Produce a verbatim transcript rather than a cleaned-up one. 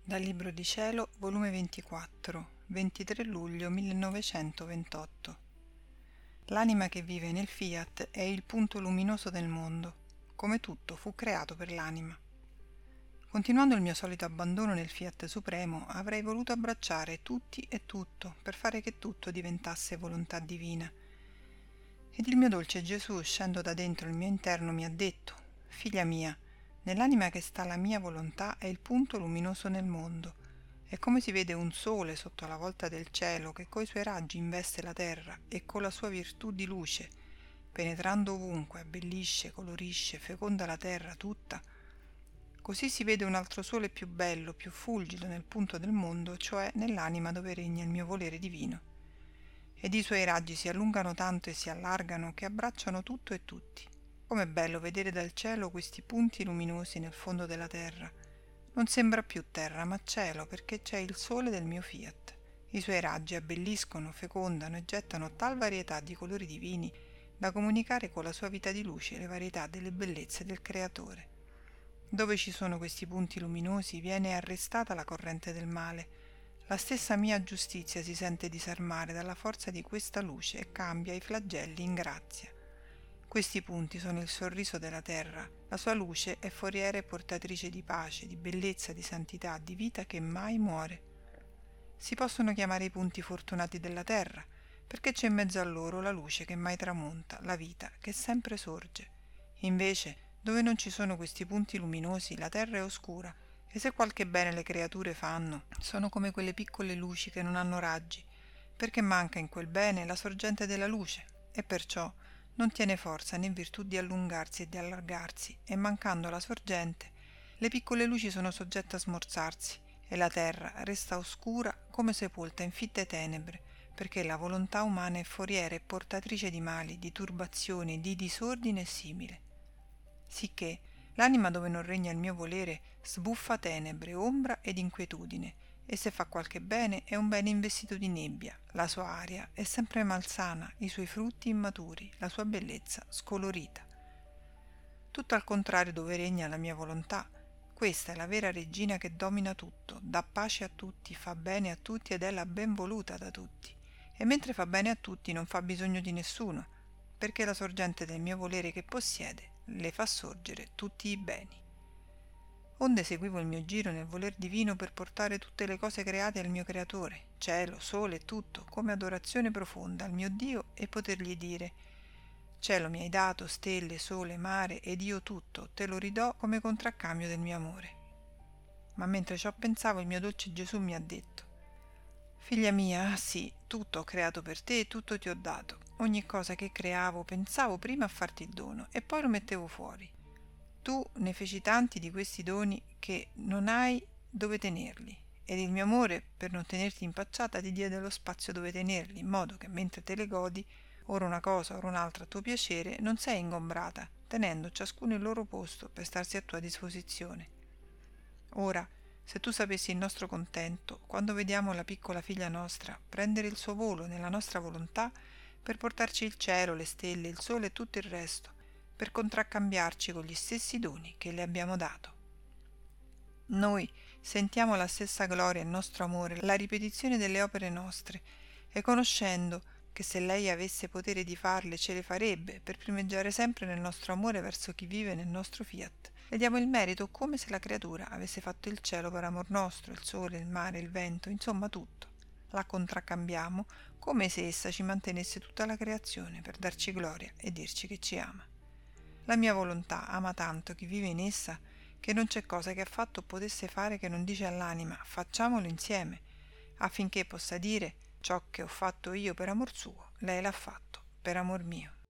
Dal Libro di Cielo, volume ventiquattro, ventitré luglio millenovecentoventotto. L'anima che vive nel Fiat è il punto luminoso del mondo. Come tutto fu creato per l'anima. Continuando il mio solito abbandono nel Fiat Supremo, avrei voluto abbracciare tutti e tutto per fare che tutto diventasse volontà divina. Ed il mio dolce Gesù, uscendo da dentro il mio interno, mi ha detto: «Figlia mia, nell'anima che sta la mia volontà è il punto luminoso nel mondo. È come si vede un sole sotto la volta del cielo che coi suoi raggi investe la terra e con la sua virtù di luce, penetrando ovunque, abbellisce, colorisce, feconda la terra tutta. Così si vede un altro sole più bello, più fulgido nel punto del mondo, cioè nell'anima dove regna il mio volere divino. Ed i suoi raggi si allungano tanto e si allargano che abbracciano tutto e tutti. Com'è bello vedere dal cielo questi punti luminosi nel fondo della terra. Non sembra più terra, ma cielo, perché c'è il sole del mio Fiat. I suoi raggi abbelliscono, fecondano e gettano tal varietà di colori divini da comunicare con la sua vita di luce le varietà delle bellezze del Creatore. Dove ci sono questi punti luminosi viene arrestata la corrente del male. La stessa mia giustizia si sente disarmare dalla forza di questa luce e cambia i flagelli in grazia. Questi punti sono il sorriso della terra, la sua luce è foriera e portatrice di pace, di bellezza, di santità, di vita che mai muore. Si possono chiamare i punti fortunati della terra, perché c'è in mezzo a loro la luce che mai tramonta, la vita che sempre sorge. Invece, dove non ci sono questi punti luminosi, la terra è oscura, e se qualche bene le creature fanno, sono come quelle piccole luci che non hanno raggi, perché manca in quel bene la sorgente della luce, e perciò non tiene forza né virtù di allungarsi e di allargarsi, e mancando la sorgente, le piccole luci sono soggette a smorzarsi, e la terra resta oscura come sepolta in fitte tenebre, perché la volontà umana è foriera e portatrice di mali, di turbazioni, di disordine e simile. Sicché l'anima dove non regna il mio volere sbuffa tenebre, ombra ed inquietudine, e se fa qualche bene è un bene investito di nebbia, la sua aria è sempre malsana, i suoi frutti immaturi, la sua bellezza scolorita. Tutto al contrario dove regna la mia volontà, questa è la vera regina che domina tutto, dà pace a tutti, fa bene a tutti ed è la ben voluta da tutti. E mentre fa bene a tutti non fa bisogno di nessuno, perché la sorgente del mio volere che possiede le fa sorgere tutti i beni. Onde seguivo il mio giro nel voler divino per portare tutte le cose create al mio Creatore, cielo, sole e tutto, come adorazione profonda al mio Dio e potergli dire: cielo mi hai dato, stelle, sole, mare ed io tutto, te lo ridò come contraccambio del mio amore. Ma mentre ciò pensavo il mio dolce Gesù mi ha detto: figlia mia, sì, tutto ho creato per te e tutto ti ho dato. Ogni cosa che creavo pensavo prima a farti il dono e poi lo mettevo fuori. Tu ne feci tanti di questi doni che non hai dove tenerli, ed il mio amore, per non tenerti impacciata, ti diede lo spazio dove tenerli, in modo che mentre te le godi, ora una cosa, ora un'altra a tuo piacere, non sei ingombrata, tenendo ciascuno il loro posto per starsi a tua disposizione. Ora, se tu sapessi il nostro contento, quando vediamo la piccola figlia nostra prendere il suo volo nella nostra volontà per portarci il cielo, le stelle, il sole e tutto il resto, per contraccambiarci con gli stessi doni che le abbiamo dato. Noi sentiamo la stessa gloria e il nostro amore, la ripetizione delle opere nostre, e conoscendo che se lei avesse potere di farle ce le farebbe, per primeggiare sempre nel nostro amore verso chi vive nel nostro Fiat, le diamo il merito come se la creatura avesse fatto il cielo per amor nostro, il sole, il mare, il vento, insomma tutto. La contraccambiamo come se essa ci mantenesse tutta la creazione per darci gloria e dirci che ci ama. La mia volontà ama tanto chi vive in essa che non c'è cosa che ha fatto o potesse fare che non dice all'anima: facciamolo insieme, affinché possa dire: ciò che ho fatto io per amor suo, lei l'ha fatto per amor mio.